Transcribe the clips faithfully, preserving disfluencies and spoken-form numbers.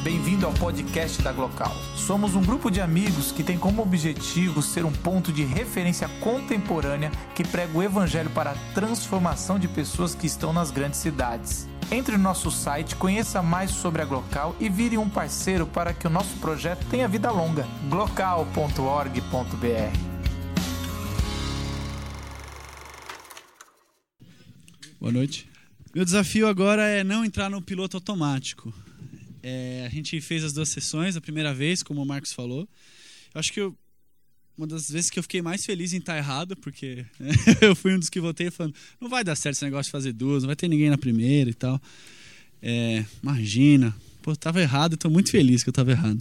Bem-vindo ao podcast da Glocal. Somos um grupo de amigos que tem como objetivo ser um ponto de referência contemporânea que prega o evangelho para a transformação de pessoas que estão nas grandes cidades. Entre no nosso site, conheça mais sobre a Glocal e vire um parceiro para que o nosso projeto tenha vida longa. glocal ponto org ponto b r. Boa noite. Meu desafio agora é não entrar no piloto automático. É, a gente fez as duas sessões, a primeira vez, como o Marcos falou. Eu acho que eu, uma das vezes que eu fiquei mais feliz em estar errado, porque né, eu fui um dos que votei falando, não vai dar certo esse negócio de fazer duas, não vai ter ninguém na primeira e tal. É, imagina, pô, eu tava errado, eu tô muito feliz que eu tava errado.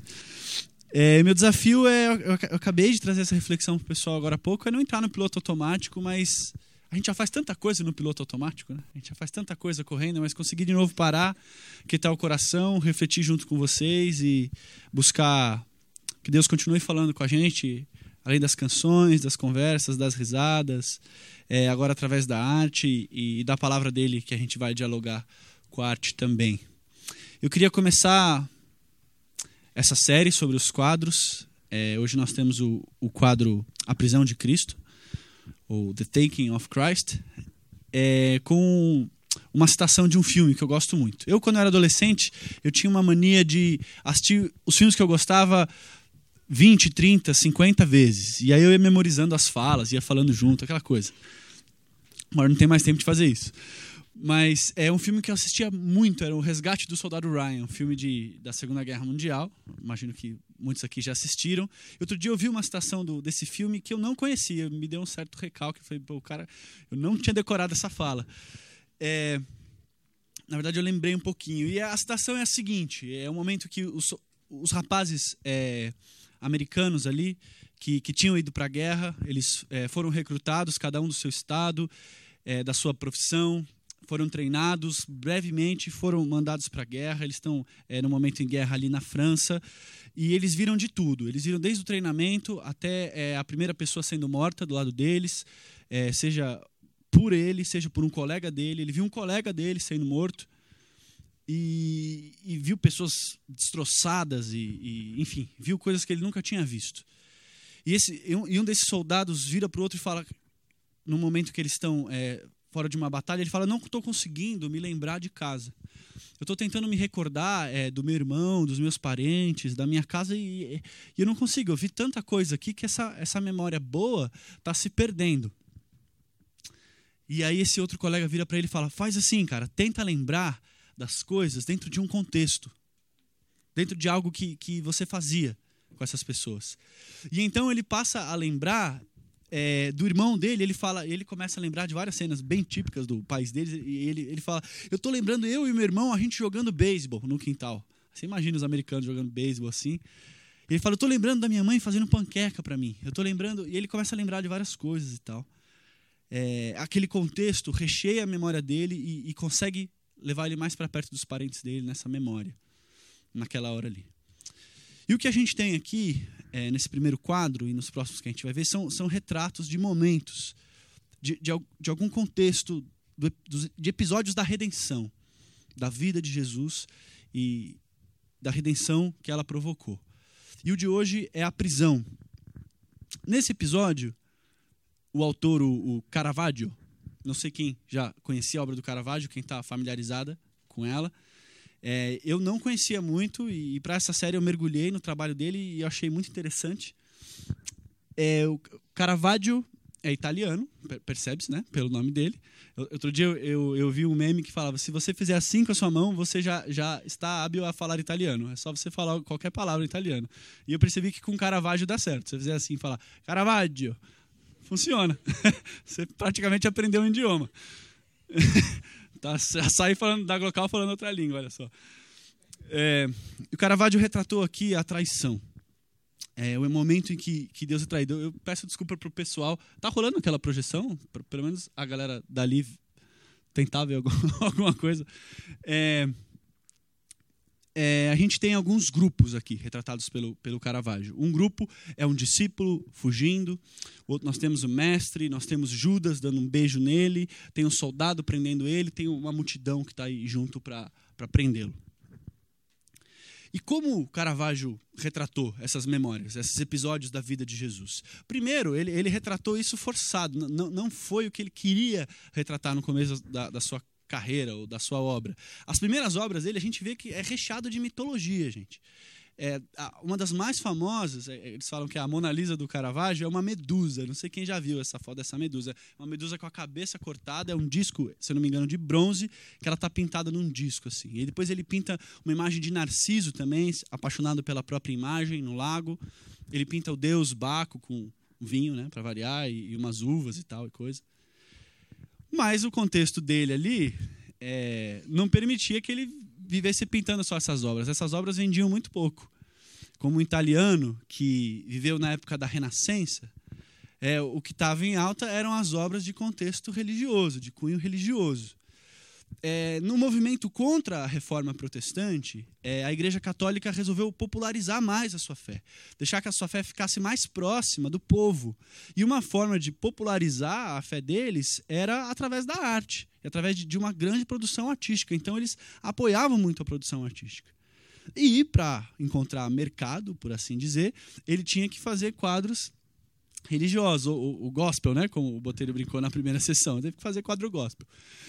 É, meu desafio é, eu, eu acabei de trazer essa reflexão pro pessoal agora há pouco, é não entrar no piloto automático, mas a gente já faz tanta coisa no piloto automático, né? A gente já faz tanta coisa correndo, mas conseguir de novo parar, quietar o coração, refletir junto com vocês e buscar que Deus continue falando com a gente, além das canções, das conversas, das risadas, é, agora através da arte e, e da palavra dele que a gente vai dialogar com a arte também. Eu queria começar essa série sobre os quadros. É, hoje nós temos o, o quadro A Prisão de Cristo, ou The Taking of Christ, é, com uma citação de um filme que eu gosto muito. Eu, quando eu era adolescente, eu tinha uma mania de assistir os filmes que eu gostava vinte, trinta, cinquenta vezes. E aí eu ia memorizando as falas, ia falando junto, aquela coisa. Agora não tem mais tempo de fazer isso. Mas é um filme que eu assistia muito, era O Resgate do Soldado Ryan, um filme de, da Segunda Guerra Mundial. Imagino que muitos aqui já assistiram. Outro dia eu vi uma citação do, desse filme que eu não conhecia, me deu um certo recalque. Eu falei, pô, cara, eu não tinha decorado essa fala. É, na verdade, eu lembrei um pouquinho. E a citação é a seguinte, é um momento que os, os rapazes é, americanos ali, que, que tinham ido para a guerra, eles é, foram recrutados, cada um do seu estado, é, da sua profissão, foram treinados, brevemente foram mandados para a guerra, eles estão é, no momento em guerra ali na França, e eles viram de tudo, eles viram desde o treinamento até é, a primeira pessoa sendo morta do lado deles, é, seja por ele, seja por um colega dele, ele viu um colega dele sendo morto, e, e viu pessoas destroçadas, e, e, enfim, viu coisas que ele nunca tinha visto. E, esse, e, um, e um desses soldados vira para o outro e fala, no momento que eles estão é, fora de uma batalha, ele fala, não estou conseguindo me lembrar de casa. Eu estou tentando me recordar é, do meu irmão, dos meus parentes, da minha casa, e, e eu não consigo. Eu vi tanta coisa aqui que essa, essa memória boa está se perdendo. E aí esse outro colega vira para ele e fala, faz assim, cara, tenta lembrar das coisas dentro de um contexto, dentro de algo que, que você fazia com essas pessoas. E então ele passa a lembrar É, do irmão dele, ele fala, ele começa a lembrar de várias cenas bem típicas do país deles, e ele, ele fala, eu tô lembrando eu e meu irmão, a gente jogando beisebol no quintal. Você imagina os americanos jogando beisebol assim. Ele fala, eu tô lembrando da minha mãe fazendo panqueca para mim. Eu tô lembrando, e ele começa a lembrar de várias coisas e tal. É, aquele contexto recheia a memória dele e, e consegue levar ele mais para perto dos parentes dele nessa memória, naquela hora ali. E o que a gente tem aqui, é, nesse primeiro quadro e nos próximos que a gente vai ver, são, são retratos de momentos, de, de, de algum contexto, do, de episódios da redenção, da vida de Jesus e da redenção que ela provocou. E o de hoje é a prisão. Nesse episódio, o autor, o, o Caravaggio, não sei quem já conhecia a obra do Caravaggio, quem está familiarizada com ela, É, eu não conhecia muito e, e para essa série eu mergulhei no trabalho dele e eu achei muito interessante. É, o Caravaggio é italiano, percebe-se, né, pelo nome dele. Eu, outro dia eu, eu, eu vi um meme que falava, se você fizer assim com a sua mão, você já, já está hábil a falar italiano. É só você falar qualquer palavra em italiano. E eu percebi que com Caravaggio dá certo. Se você fizer assim e falar Caravaggio, funciona. Você praticamente aprendeu um idioma. Tá, saí falando da Glocal falando outra língua, olha só. É, o Caravaggio retratou aqui a traição. É o momento em que, que Deus é traído. Eu peço desculpa pro pessoal. Tá rolando aquela projeção? Pelo menos a galera dali tentar ver alguma coisa. É, é, a gente tem alguns grupos aqui retratados pelo, pelo Caravaggio. Um grupo é um discípulo fugindo. Outro, nós temos o mestre, nós temos Judas dando um beijo nele, tem um soldado prendendo ele, tem uma multidão que está aí junto para prendê-lo. E como o Caravaggio retratou essas memórias, esses episódios da vida de Jesus? Primeiro, ele, ele retratou isso forçado, não, não foi o que ele queria retratar no começo da, da sua carreira ou da sua obra. As primeiras obras dele, a gente vê que é recheado de mitologia, gente. É, uma das mais famosas, eles falam que a Mona Lisa do Caravaggio é uma medusa. Não sei quem já viu essa foto dessa medusa. Uma medusa com a cabeça cortada, é um disco, se eu não me engano, de bronze, que ela está pintada num disco. Assim. E depois ele pinta uma imagem de Narciso também, apaixonado pela própria imagem, no lago. Ele pinta o deus Baco com vinho, né, para variar, e, e umas uvas e tal, e coisa. Mas o contexto dele ali é, não permitia que ele vivesse pintando só essas obras. Essas obras vendiam muito pouco. Como um italiano que viveu na época da Renascença, é, o que estava em alta eram as obras de contexto religioso, de cunho religioso. É, no movimento contra a reforma protestante, é, a Igreja Católica resolveu popularizar mais a sua fé, deixar que a sua fé ficasse mais próxima do povo. E uma forma de popularizar a fé deles era através da arte, através de, de uma grande produção artística. Então eles apoiavam muito a produção artística. E para encontrar mercado, por assim dizer, ele tinha que fazer quadros religiosos, o, o, o gospel, né? Como o Botelho brincou na primeira sessão, teve que fazer quadro gospel.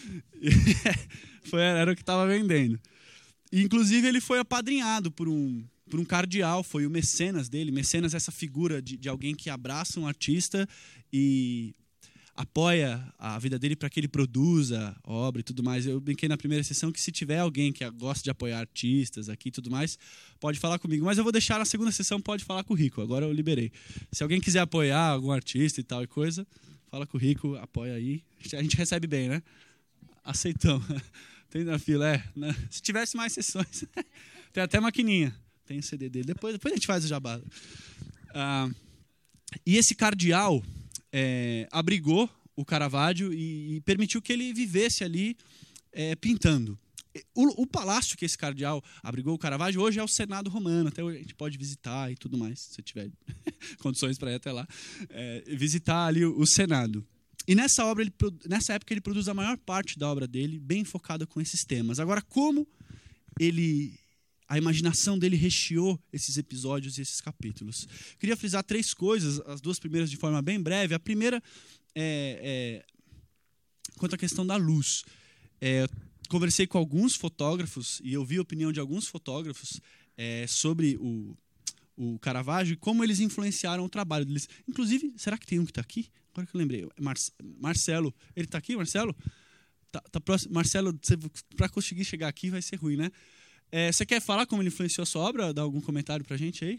Foi, era o que estava vendendo. E, inclusive, ele foi apadrinhado por um, por um cardeal, foi o mecenas dele. Mecenas é essa figura de, de alguém que abraça um artista e apoia a vida dele para que ele produza obra e tudo mais. Eu brinquei na primeira sessão que se tiver alguém que gosta de apoiar artistas aqui e tudo mais, pode falar comigo. Mas eu vou deixar na segunda sessão, pode falar com o Rico. Agora eu liberei. Se alguém quiser apoiar algum artista e tal e coisa, fala com o Rico, apoia aí. A gente recebe bem, né? Aceitamos. Tem na fila, é. Né? Se tivesse mais sessões. Tem até maquininha. Tem o C D dele. Depois, depois a gente faz o jabá. Ah, e esse cardeal É, abrigou o Caravaggio e, e permitiu que ele vivesse ali é, pintando. O, o palácio que esse cardeal abrigou o Caravaggio hoje é o Senado Romano. Até hoje a gente pode visitar e tudo mais, se tiver condições para ir até lá, é, visitar ali o, o Senado. E nessa, obra ele, nessa época ele produz a maior parte da obra dele, bem focada com esses temas. Agora, como ele... a imaginação dele recheou esses episódios e esses capítulos. Queria frisar três coisas, as duas primeiras de forma bem breve. A primeira é, é quanto à questão da luz. É, conversei com alguns fotógrafos e eu vi a opinião de alguns fotógrafos é, sobre o, o Caravaggio e como eles influenciaram o trabalho deles. Inclusive, será que tem um que está aqui? Agora que eu lembrei. Mar Marcelo. Ele está aqui, Marcelo? Tá, tá próximo. Marcelo, para conseguir chegar aqui vai ser ruim, né? É, você quer falar como ele influenciou a sua obra? Dar algum comentário pra gente aí?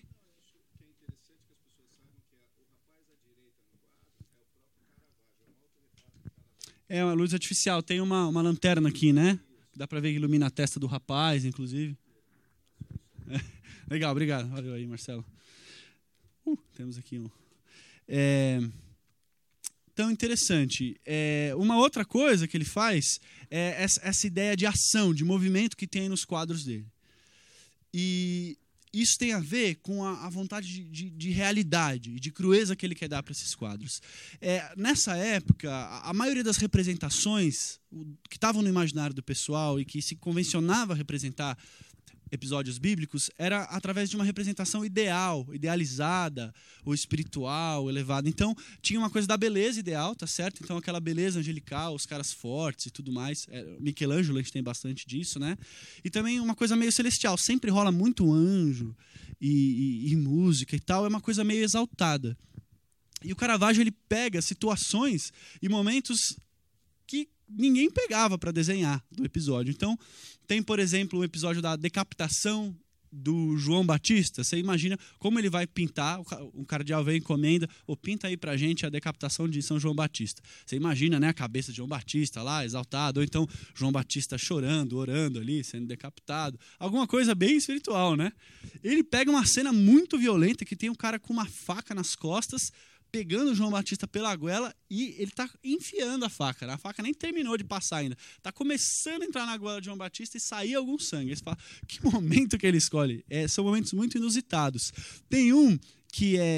É uma luz artificial. Tem uma, uma lanterna aqui, né? Dá pra ver que ilumina a testa do rapaz, inclusive. É, legal, obrigado. Valeu aí, Marcelo. Uh, temos aqui um... É... Então, interessante. É, uma outra coisa que ele faz é essa, essa ideia de ação, de movimento que tem nos quadros dele. E isso tem a ver com a, a vontade de, de, de realidade e de crueza que ele quer dar para esses quadros. É, nessa época, a, a maioria das representações o, que estavam no imaginário do pessoal e que se convencionava a representar episódios bíblicos era através de uma representação ideal, idealizada, ou espiritual, elevada. Então, tinha uma coisa da beleza ideal, tá certo? Então, aquela beleza angelical, os caras fortes e tudo mais. É, Michelangelo, a gente tem bastante disso, né? E também uma coisa meio celestial. Sempre rola muito anjo e, e, e música e tal. É uma coisa meio exaltada. E o Caravaggio, ele pega situações e momentos que ninguém pegava para desenhar do episódio. Então, tem, por exemplo, o episódio da decapitação do João Batista. Você imagina como ele vai pintar, o cardeal vem e encomenda, ou pinta aí pra gente a decapitação de São João Batista. Você imagina, né, a cabeça de João Batista lá, exaltado, ou então João Batista chorando, orando ali, sendo decapitado. Alguma coisa bem espiritual, né? Ele pega uma cena muito violenta, que tem um cara com uma faca nas costas, pegando o João Batista pela goela e ele está enfiando a faca. Né? A faca nem terminou de passar ainda. Está começando a entrar na goela de João Batista e sair algum sangue. Você fala, que momento que ele escolhe? É, são momentos muito inusitados. Tem um que é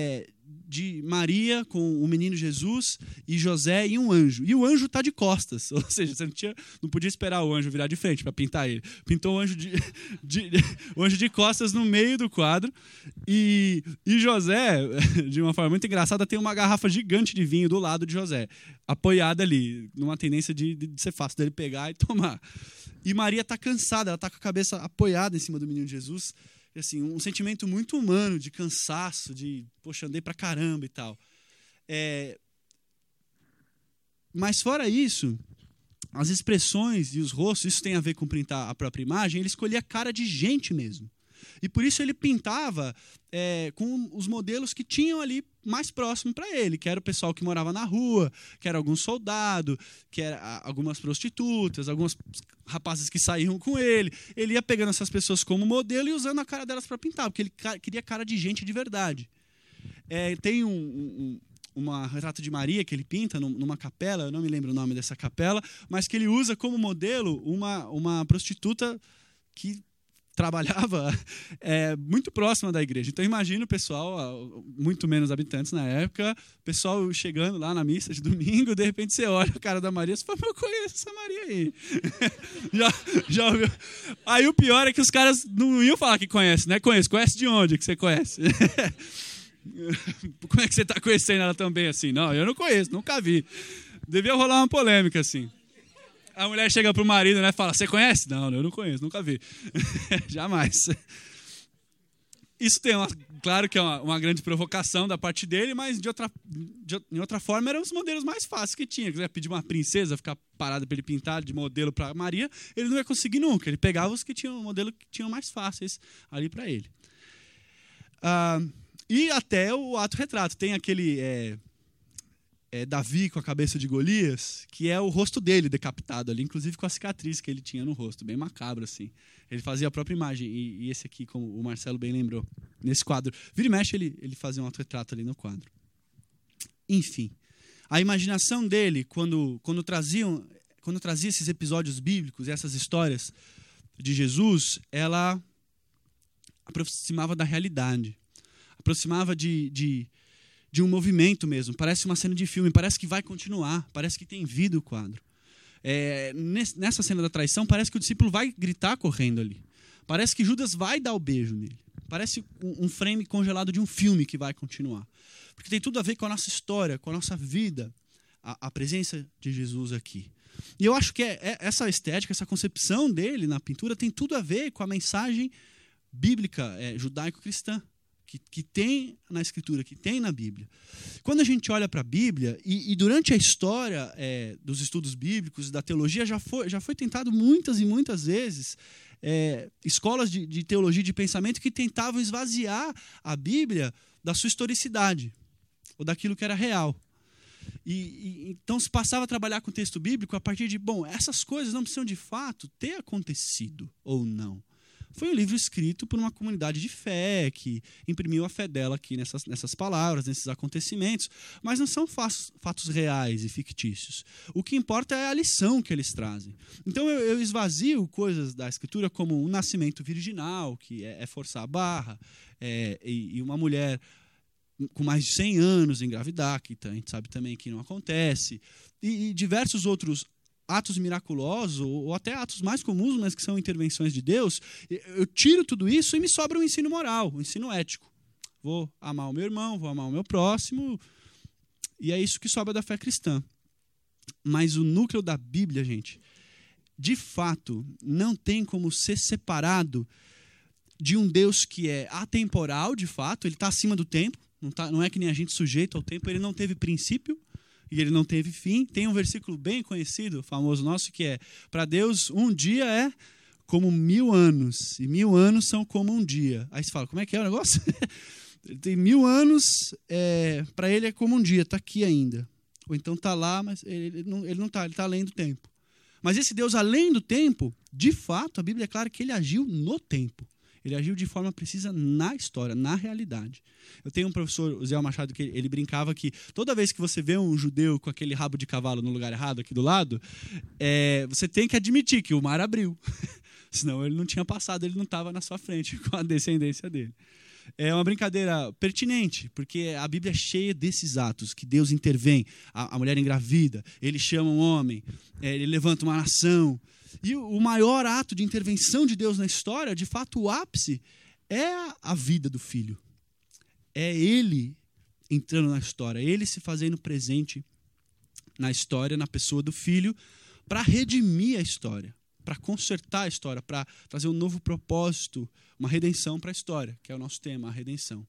de Maria com o menino Jesus e José e um anjo. E o anjo está de costas, ou seja, você não, tinha, não podia esperar o anjo virar de frente para pintar ele. Pintou o anjo de, de, o anjo de costas no meio do quadro. E, e José, de uma forma muito engraçada, tem uma garrafa gigante de vinho do lado de José, apoiada ali, numa tendência de, de ser fácil dele pegar e tomar. E Maria está cansada, ela está com a cabeça apoiada em cima do menino Jesus. Assim, um sentimento muito humano, de cansaço, de, poxa, andei pra caramba e tal. É... Mas fora isso, as expressões e os rostos, isso tem a ver com pintar a própria imagem, ele escolhia cara de gente mesmo. E por isso ele pintava é, com os modelos que tinham ali mais próximo para ele, que era o pessoal que morava na rua, que era algum soldado, que era algumas prostitutas, alguns rapazes que saíam com ele. Ele ia pegando essas pessoas como modelo e usando a cara delas para pintar, porque ele queria cara de gente de verdade. É, tem um, um, uma retrato de Maria que ele pinta numa capela, eu não me lembro o nome dessa capela, mas que ele usa como modelo uma, uma prostituta que trabalhava é, muito próxima da igreja. Então imagina o pessoal, muito menos habitantes na época, o pessoal chegando lá na missa de domingo, de repente você olha a cara da Maria e você fala, eu conheço essa Maria aí. já, já ouviu? Aí o pior é que os caras não iam falar que conhece, né? Conhece. Conhece de onde que você conhece? Como é que você está conhecendo ela também assim? Não, eu não conheço, nunca vi. Devia rolar uma polêmica assim. A mulher chega pro marido, né, e fala, você conhece? Não, eu não conheço, nunca vi. Jamais. Isso tem, uma, claro que é uma, uma grande provocação da parte dele, mas de outra, de, em outra forma eram os modelos mais fáceis que tinha. Quiser pedir uma princesa, ficar parada para ele pintar de modelo para Maria, ele não ia conseguir nunca. Ele pegava os que tinham, o modelo que tinham mais fáceis ali para ele. Ah, e até o autorretrato. Tem aquele... É, É, Davi com a cabeça de Golias, que é o rosto dele decapitado ali, inclusive com a cicatriz que ele tinha no rosto, bem macabro assim. Ele fazia a própria imagem, e, e esse aqui, como o Marcelo bem lembrou, nesse quadro. Vira e mexe, ele, ele fazia um autorretrato ali no quadro. Enfim, a imaginação dele, quando, quando, traziam, quando trazia esses episódios bíblicos, essas histórias de Jesus, ela aproximava da realidade, aproximava de... de de um movimento mesmo, parece uma cena de filme, parece que vai continuar, parece que tem vida o quadro. É, nessa cena da traição, parece que o discípulo vai gritar correndo ali. Parece que Judas vai dar o beijo nele. Parece um, um frame congelado de um filme que vai continuar. Porque tem tudo a ver com a nossa história, com a nossa vida, a, a presença de Jesus aqui. E eu acho que é, é, essa estética, essa concepção dele na pintura tem tudo a ver com a mensagem bíblica é, judaico-cristã. Que, que tem na Escritura, que tem na Bíblia. Quando a gente olha para a Bíblia, e, e durante a história é, dos estudos bíblicos e da teologia, já foi, já foi tentado muitas e muitas vezes é, escolas de, de teologia e de pensamento que tentavam esvaziar a Bíblia da sua historicidade, ou daquilo que era real. E, e, então se passava a trabalhar com o texto bíblico a partir de, bom, essas coisas não precisam de fato ter acontecido ou não. Foi um livro escrito por uma comunidade de fé que imprimiu a fé dela aqui nessas, nessas palavras, nesses acontecimentos, mas não são fatos, fatos reais e fictícios. O que importa é a lição que eles trazem. Então eu, eu esvazio coisas da Escritura como um nascimento virginal, que é, é forçar a barra, é, e, e uma mulher com mais de cem anos engravidar, que a gente sabe também que não acontece, e, e diversos outros atos miraculosos, ou até atos mais comuns, mas que são intervenções de Deus. Eu tiro tudo isso e me sobra um ensino moral, um ensino ético. Vou amar o meu irmão, vou amar o meu próximo, e é isso que sobra da fé cristã. Mas o núcleo da Bíblia, gente, de fato, não tem como ser separado de um Deus que é atemporal, de fato, ele está acima do tempo, não, tá, não é que nem a gente sujeito ao tempo, ele não teve princípio, e ele não teve fim. Tem um versículo bem conhecido, famoso nosso, que é, para Deus um dia é como mil anos, e mil anos são como um dia. Aí você fala, como é que é o negócio? Ele tem mil anos, é, para ele é como um dia, está aqui ainda. Ou então está lá, mas ele não está, ele não tá, ele está além do tempo. Mas esse Deus além do tempo, de fato, a Bíblia é clara que ele agiu no tempo. Ele agiu de forma precisa na história, na realidade. Eu tenho um professor, o Zé Machado, que ele brincava que toda vez que você vê um judeu com aquele rabo de cavalo no lugar errado, aqui do lado, é, você tem que admitir que o mar abriu. Senão ele não tinha passado, ele não estava na sua frente com a descendência dele. é uma brincadeira pertinente, porque a Bíblia é cheia desses atos, que Deus intervém, a, a mulher engravida, ele chama um homem, é, ele levanta uma nação. E o, o maior ato de intervenção de Deus na história, de fato o ápice, é a, a vida do filho. É ele entrando na história, ele se fazendo presente na história, na pessoa do filho, para redimir a história, para consertar a história, para trazer um novo propósito, uma redenção para a história, que é o nosso tema, a redenção.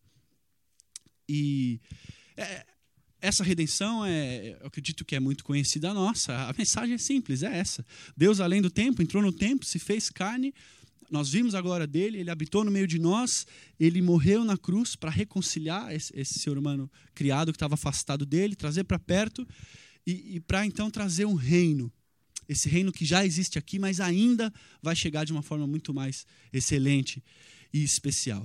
E é, essa redenção, é, eu acredito que é muito conhecida nossa. A mensagem é simples, é essa. Deus, além do tempo, entrou no tempo, se fez carne, nós vimos a glória dele, ele habitou no meio de nós, ele morreu na cruz para reconciliar esse, esse ser humano criado que estava afastado dele, trazer para perto e, e para então trazer um reino. Esse reino que já existe aqui, mas ainda vai chegar de uma forma muito mais excelente e especial.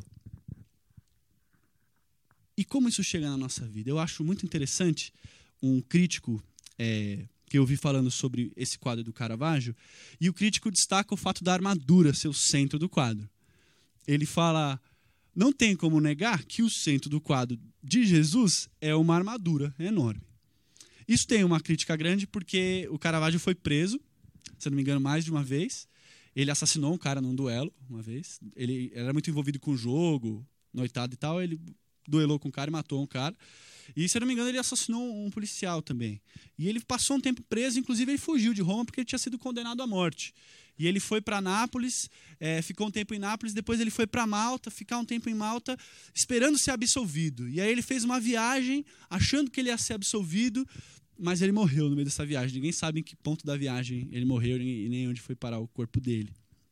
E como isso chega na nossa vida? Eu acho muito interessante um crítico é, que eu ouvi falando sobre esse quadro do Caravaggio, e o crítico destaca o fato da armadura ser o centro do quadro. Ele fala, não tem como negar que o centro do quadro de Jesus é uma armadura enorme. Isso tem uma crítica grande porque o Caravaggio foi preso, se não me engano, mais de uma vez. Ele assassinou um cara num duelo uma vez. Ele era muito envolvido com jogo, noitado e tal. Ele duelou com um cara e matou um cara. E, se não me engano, ele assassinou um policial também. E ele passou um tempo preso, inclusive ele fugiu de Roma porque ele tinha sido condenado à morte. E ele foi para Nápoles, é, ficou um tempo em Nápoles, depois ele foi para Malta, ficar um tempo em Malta, esperando ser absolvido. E aí ele fez uma viagem, achando que ele ia ser absolvido, mas ele morreu no meio dessa viagem. Ninguém sabe em que ponto da viagem ele morreu e nem onde foi parar o corpo dele.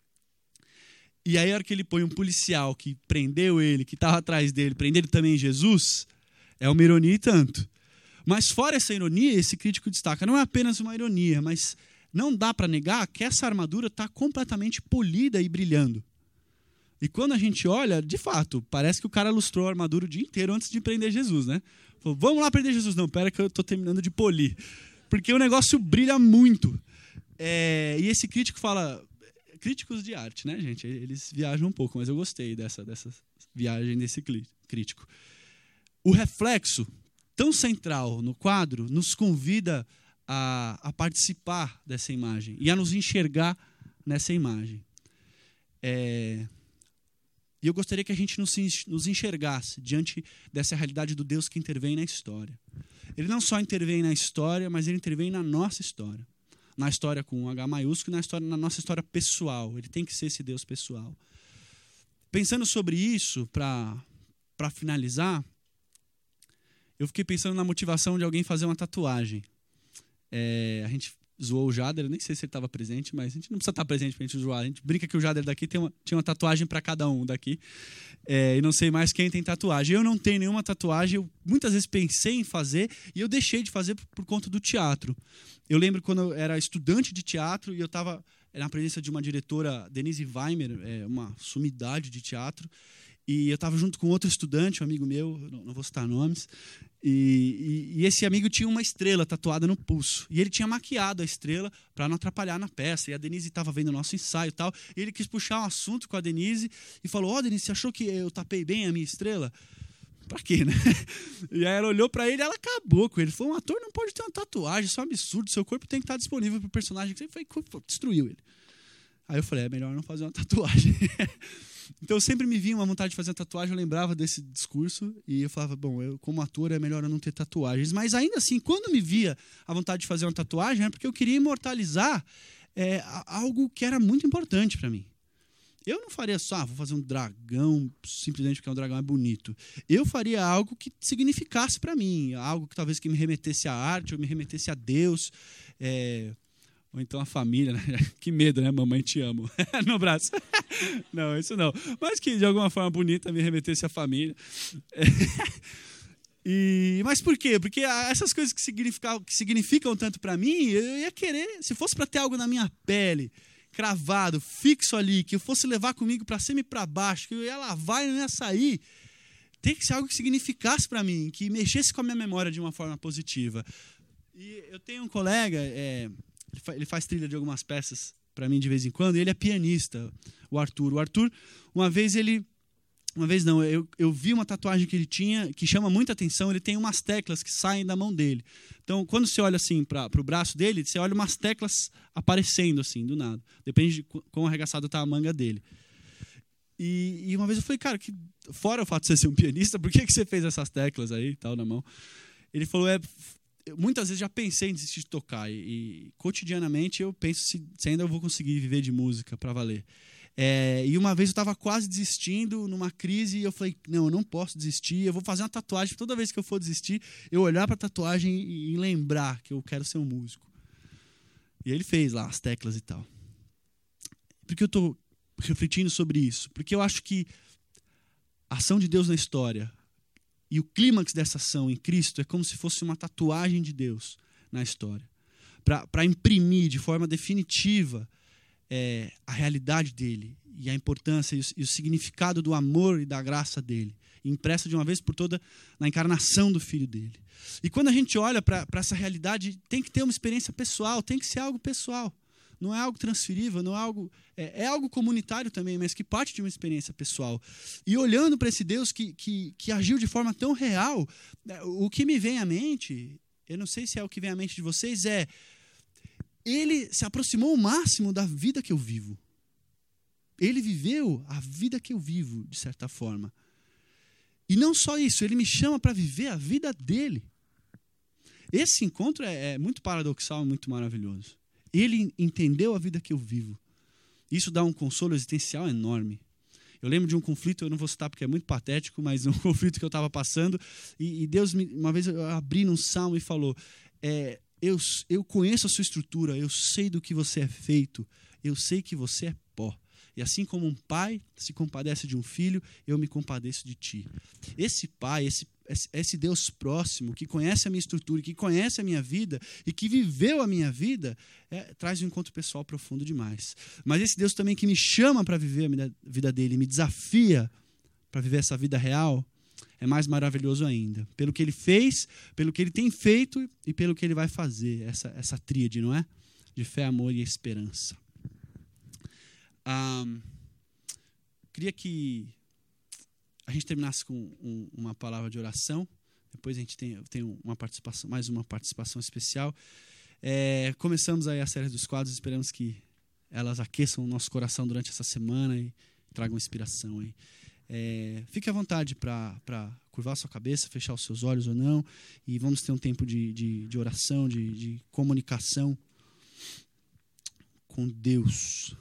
E aí, a hora que ele põe um policial que prendeu ele, que estava atrás dele, prendeu também Jesus, é uma ironia e tanto. Mas fora essa ironia, esse crítico destaca, não é apenas uma ironia, mas não dá para negar que essa armadura está completamente polida e brilhando. E quando a gente olha, de fato, parece que o cara lustrou a armadura o dia inteiro antes de prender Jesus, né? Falou, vamos lá prender Jesus. Não, pera que eu estou terminando de polir. Porque o negócio brilha muito. É, e esse crítico fala... Críticos de arte, né, gente? Eles viajam um pouco, mas eu gostei dessa, dessa viagem desse crítico. O reflexo tão central no quadro nos convida a, a participar dessa imagem e a nos enxergar nessa imagem. É... E eu gostaria que a gente nos enxergasse diante dessa realidade do Deus que intervém na história. Ele não só intervém na história, mas ele intervém na nossa história. Na história com um H maiúsculo e na, história, na nossa história pessoal. Ele tem que ser esse Deus pessoal. Pensando sobre isso, para finalizar, eu fiquei pensando na motivação de alguém fazer uma tatuagem. É, a gente zoou o Jader, eu nem sei se ele estava presente, mas a gente não precisa estar presente para a gente zoar. A gente brinca que o Jader daqui tem uma, tinha uma tatuagem para cada um daqui. É, e não sei mais quem tem tatuagem. Eu não tenho nenhuma tatuagem, eu muitas vezes pensei em fazer e eu deixei de fazer por, por conta do teatro. Eu lembro quando eu era estudante de teatro e eu estava na presença de uma diretora, Denise Weimer, é, uma sumidade de teatro, e eu estava junto com outro estudante, um amigo meu, não, não vou citar nomes, e, e, e esse amigo tinha uma estrela tatuada no pulso. E ele tinha maquiado a estrela para não atrapalhar na peça. E a Denise estava vendo o nosso ensaio e tal. E ele quis puxar um assunto com a Denise e falou, ó, oh, Denise, você achou que eu tapei bem a minha estrela? Pra quê, né? E aí ela olhou pra ele e ela acabou com ele. Ele falou, um ator não pode ter uma tatuagem, isso é um absurdo, seu corpo tem que estar disponível pro personagem. Ele foi, destruiu ele. Aí eu falei, é melhor não fazer uma tatuagem. Então eu sempre me vinha uma vontade de fazer uma tatuagem, eu lembrava desse discurso e eu falava, bom, eu como ator é melhor eu não ter tatuagens. Mas ainda assim, quando me via a vontade de fazer uma tatuagem, é porque eu queria imortalizar é, algo que era muito importante pra mim. Eu não faria só, ah, vou fazer um dragão simplesmente porque um dragão é bonito. Eu faria algo que significasse para mim, algo que talvez que me remetesse à arte, ou me remetesse a Deus, é... ou então a família, né? Que medo, né? Mamãe, te amo. No braço. Não, isso não. Mas que de alguma forma bonita me remetesse à família. É... E... Mas por quê? Porque essas coisas que significam, que significam tanto para mim, eu ia querer, se fosse para ter algo na minha pele, cravado, fixo ali, que eu fosse levar comigo para cima e para baixo, que eu ia lavar e não ia sair, tem que ser algo que significasse para mim, que mexesse com a minha memória de uma forma positiva. E eu tenho um colega, é, ele faz trilha de algumas peças para mim de vez em quando, e ele é pianista, o Arthur. O Arthur, uma vez ele Uma vez não, eu, eu vi uma tatuagem que ele tinha, que chama muita atenção, ele tem umas teclas que saem da mão dele. Então, quando você olha assim para o braço dele, você olha umas teclas aparecendo assim, do nada. Depende de quão arregaçada está a manga dele. E, e uma vez eu falei, cara, que, fora o fato de você ser um pianista, por que, que você fez essas teclas aí, tal, na mão? Ele falou, é, muitas vezes já pensei em desistir de tocar. E, e cotidianamente eu penso se, se ainda eu vou conseguir viver de música para valer. É, e uma vez eu estava quase desistindo, numa crise, e eu falei, não, eu não posso desistir, eu vou fazer uma tatuagem, toda vez que eu for desistir, eu olhar para a tatuagem e, e lembrar que eu quero ser um músico. E ele fez lá as teclas e tal. Por que eu estou refletindo sobre isso? Porque eu acho que a ação de Deus na história e o clímax dessa ação em Cristo é como se fosse uma tatuagem de Deus na história, para imprimir de forma definitiva É, a realidade dele e a importância e o, e o significado do amor e da graça dele, impressa de uma vez por toda na encarnação do Filho dele. E quando a gente olha para essa realidade, tem que ter uma experiência pessoal, tem que ser algo pessoal. Não é algo transferível, não é algo é, é algo comunitário também, mas que parte de uma experiência pessoal. E olhando para esse Deus que, que, que agiu de forma tão real, o que me vem à mente, eu não sei se é o que vem à mente de vocês, é ele se aproximou ao máximo da vida que eu vivo. Ele viveu a vida que eu vivo, de certa forma. E não só isso, ele me chama para viver a vida dele. Esse encontro é, é muito paradoxal, muito maravilhoso. Ele entendeu a vida que eu vivo. Isso dá um consolo existencial enorme. Eu lembro de um conflito, eu não vou citar porque é muito patético, mas um conflito que eu estava passando, e, e Deus, me, uma vez eu abri num salmo e falou, é, Eu, eu conheço a sua estrutura, eu sei do que você é feito, eu sei que você é pó. E assim como um pai se compadece de um filho, eu me compadeço de ti. Esse pai, esse, esse Deus próximo, que conhece a minha estrutura, que conhece a minha vida e que viveu a minha vida, é, traz um encontro pessoal profundo demais. Mas esse Deus também que me chama para viver a vida dele, me desafia para viver essa vida real, é mais maravilhoso ainda. Pelo que ele fez, pelo que ele tem feito e pelo que ele vai fazer. Essa, essa tríade, não é? De fé, amor e esperança. Ah, queria que a gente terminasse com um, uma palavra de oração. Depois a gente tem, tem uma participação, mais uma participação especial. É, começamos aí a série dos quadros. Esperamos que elas aqueçam o nosso coração durante essa semana e tragam inspiração aí. É, fique à vontade para curvar a sua cabeça, fechar os seus olhos ou não, e vamos ter um tempo de, de, de oração, de, de comunicação com Deus.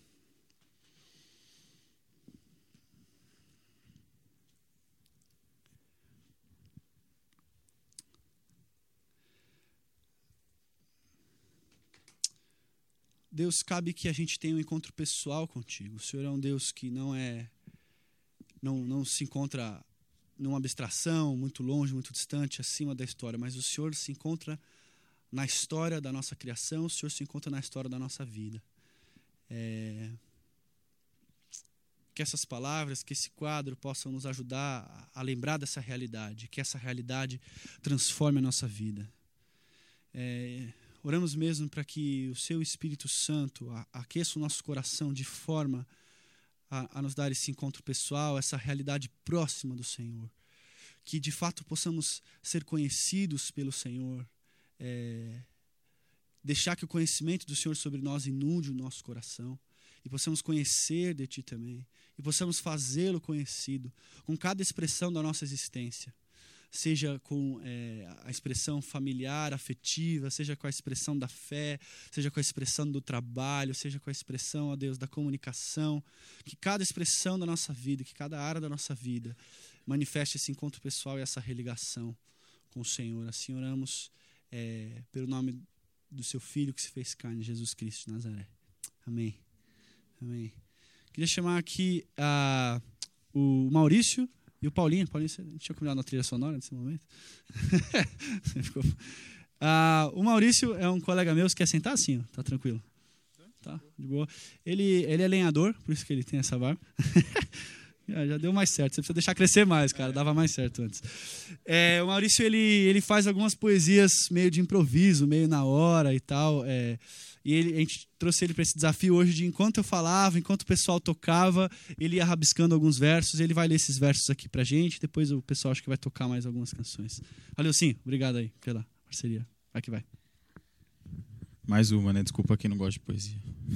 Deus, cabe que a gente tenha um encontro pessoal contigo. O Senhor é um Deus que não é Não, não se encontra numa abstração, muito longe, muito distante, acima da história, mas o Senhor se encontra na história da nossa criação, o Senhor se encontra na história da nossa vida. É... Que essas palavras, que esse quadro possam nos ajudar a lembrar dessa realidade, que essa realidade transforme a nossa vida. É... Oramos mesmo para que o Seu Espírito Santo aqueça o nosso coração de forma A, a nos dar esse encontro pessoal, essa realidade próxima do Senhor. Que de fato possamos ser conhecidos pelo Senhor, é, deixar que o conhecimento do Senhor sobre nós inunde o nosso coração, e possamos conhecer de Ti também, e possamos fazê-lo conhecido com cada expressão da nossa existência. Seja com é, a expressão familiar, afetiva, seja com a expressão da fé, seja com a expressão do trabalho, seja com a expressão, ó Deus, da comunicação. Que cada expressão da nossa vida, que cada área da nossa vida manifeste esse encontro pessoal e essa religação com o Senhor. Assim oramos é, pelo nome do Seu Filho que se fez carne, Jesus Cristo de Nazaré. Amém. Amém. Queria chamar aqui uh, o Maurício e o Paulinho. Paulinho, você tinha combinado na trilha sonora nesse momento? Ficou... uh, o Maurício é um colega meu. Você quer sentar assim? Ó, tá tranquilo? Tá, de boa. Ele, ele é lenhador, por isso que ele tem essa barba. Já, já deu mais certo. Você precisa deixar crescer mais, cara. Dava mais certo antes. É, o Maurício, ele, ele faz algumas poesias meio de improviso, meio na hora e tal. É, e ele, a gente trouxe ele para esse desafio hoje de, enquanto eu falava, enquanto o pessoal tocava, ele ia rabiscando alguns versos. Ele vai ler esses versos aqui pra gente. Depois o pessoal acho que vai tocar mais algumas canções. Valeu, sim. Obrigado aí pela parceria. Vai que vai. Mais uma, né? Desculpa quem não gosta de poesia.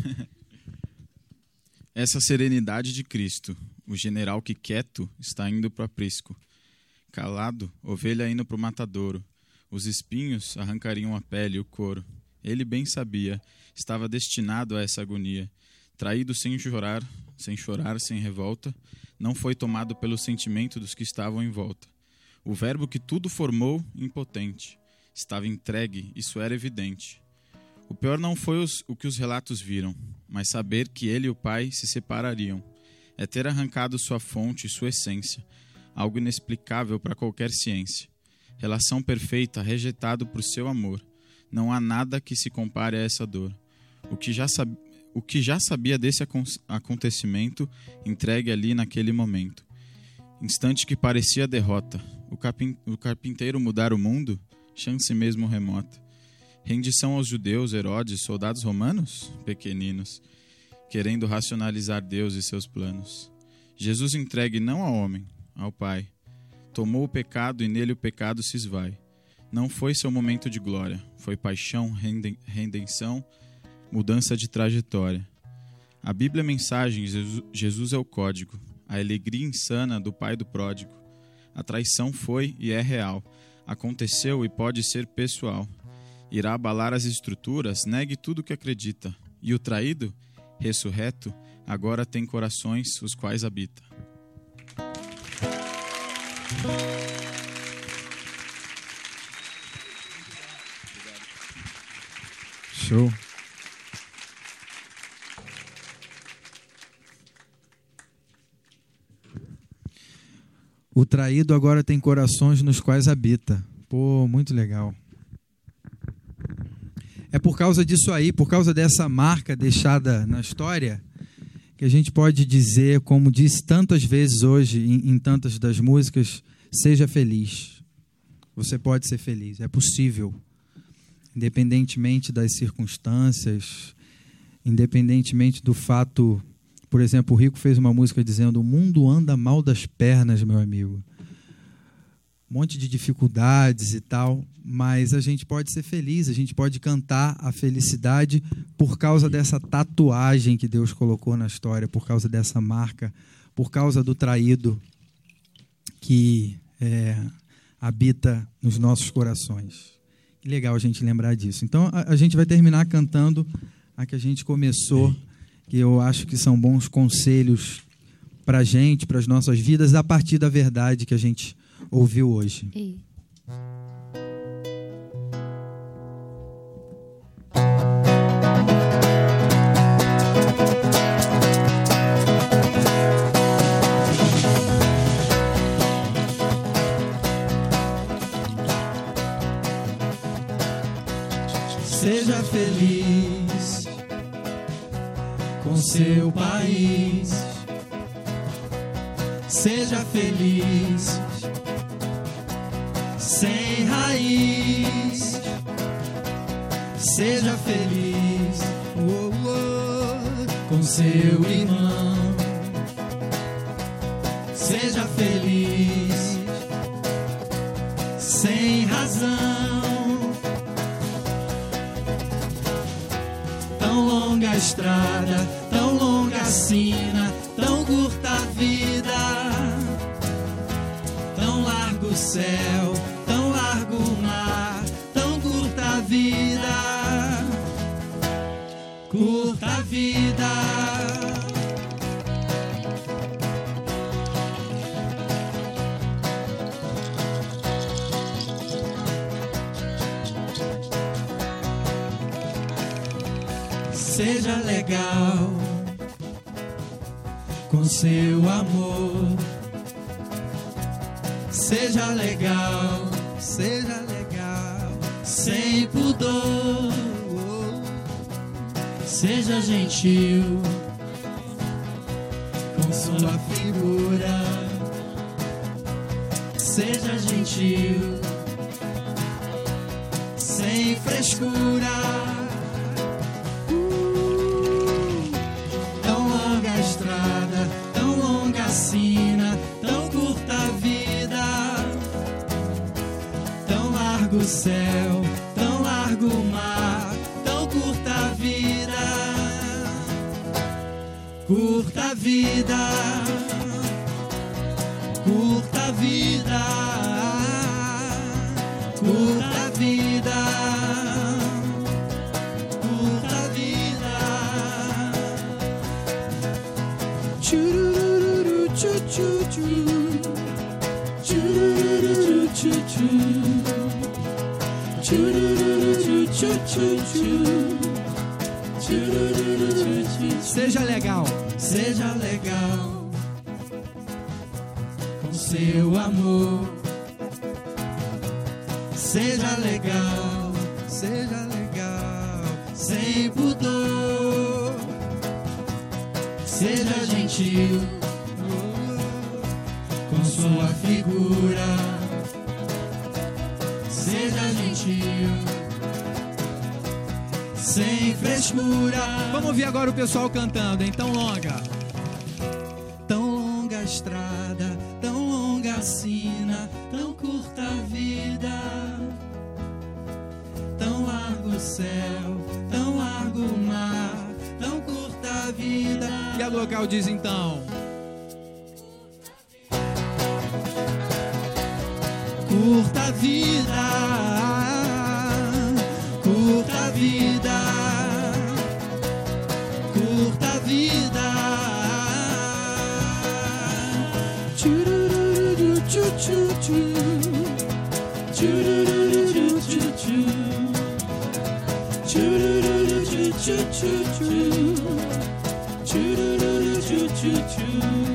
Essa serenidade de Cristo, o general que quieto está indo para aprisco. Calado, ovelha indo para o matadouro. Os espinhos arrancariam a pele e o couro. Ele bem sabia, estava destinado a essa agonia. Traído sem chorar, sem chorar, sem revolta, não foi tomado pelo sentimento dos que estavam em volta. O verbo que tudo formou, impotente. Estava entregue, isso era evidente. O pior não foi os, o que os relatos viram, mas saber que ele e o Pai se separariam. É ter arrancado sua fonte e sua essência, algo inexplicável para qualquer ciência. Relação perfeita, rejeitado por seu amor. Não há nada que se compare a essa dor. O que já, sab... o que já sabia desse acontecimento, entregue ali naquele momento. Instante que parecia derrota. O, capin... o carpinteiro mudar o mundo, chance mesmo remota. Rendição aos judeus, Herodes, soldados romanos? Pequeninos, querendo racionalizar Deus e seus planos. Jesus entregue não ao homem, ao Pai. Tomou o pecado e nele o pecado se esvai. Não foi seu momento de glória, foi paixão, redenção, mudança de trajetória. A Bíblia é mensagem, Jesus é o código, a alegria insana do pai do pródigo. A traição foi e é real, aconteceu e pode ser pessoal. Irá abalar as estruturas, negue tudo que acredita. E o traído, ressurreto, agora tem corações os quais habita. Show. O traído agora tem corações nos quais habita. Pô, muito legal. É por causa disso aí, por causa dessa marca deixada na história, que a gente pode dizer, como diz tantas vezes hoje em, em tantas das músicas, seja feliz. Você pode ser feliz, é possível. Independentemente das circunstâncias, independentemente do fato... Por exemplo, o Rico fez uma música dizendo: o mundo anda mal das pernas, meu amigo. Um monte de dificuldades e tal, mas a gente pode ser feliz, a gente pode cantar a felicidade por causa dessa tatuagem que Deus colocou na história, por causa dessa marca, por causa do traído que é, habita nos nossos corações. Que legal a gente lembrar disso. Então, a, a gente vai terminar cantando a que a gente começou, que eu acho que são bons conselhos para a gente, para as nossas vidas, a partir da verdade que a gente ouviu hoje. E... Seja feliz com seu país. Seja feliz sem raiz. Seja feliz oh, oh, com seu irmão. Seja feliz sem razão. Tão longa a estrada, tão longa a sina, tão curta a vida, tão largo o céu, tão largo o mar, tão curta a vida, curta a vida. Seja legal com seu amor. Seja legal, seja legal, sem pudor. Seja gentil com sua figura. Seja gentil, sem frescura. Uh, tão longa a estrada, tão longa a sina, tão curta a vida, tão largo o céu, tão largo o mar, tão curta a vida, curta a vida, curta a vida, curta a vida, curta a vida. Chururu chu chu chu, chururu chu chu, chururu chu chu chu, chururu chu chu. Seja legal. Seja legal com seu amor. Seja legal, Seja legal. sem pudor. Seja gentil com sua figura. Seja gentil, sem frescura. Vamos ouvir agora o pessoal cantando, então longa. Tão longa a estrada, tão longa a sina, tão curta a vida, tão largo o céu, tão largo o mar, tão curta a vida. E a local diz então: curta a vida, curta a vida, curta a vida. Chururu chu chu chu, chururu chu chu, chururu chu chu chu, chururu chu chu chu.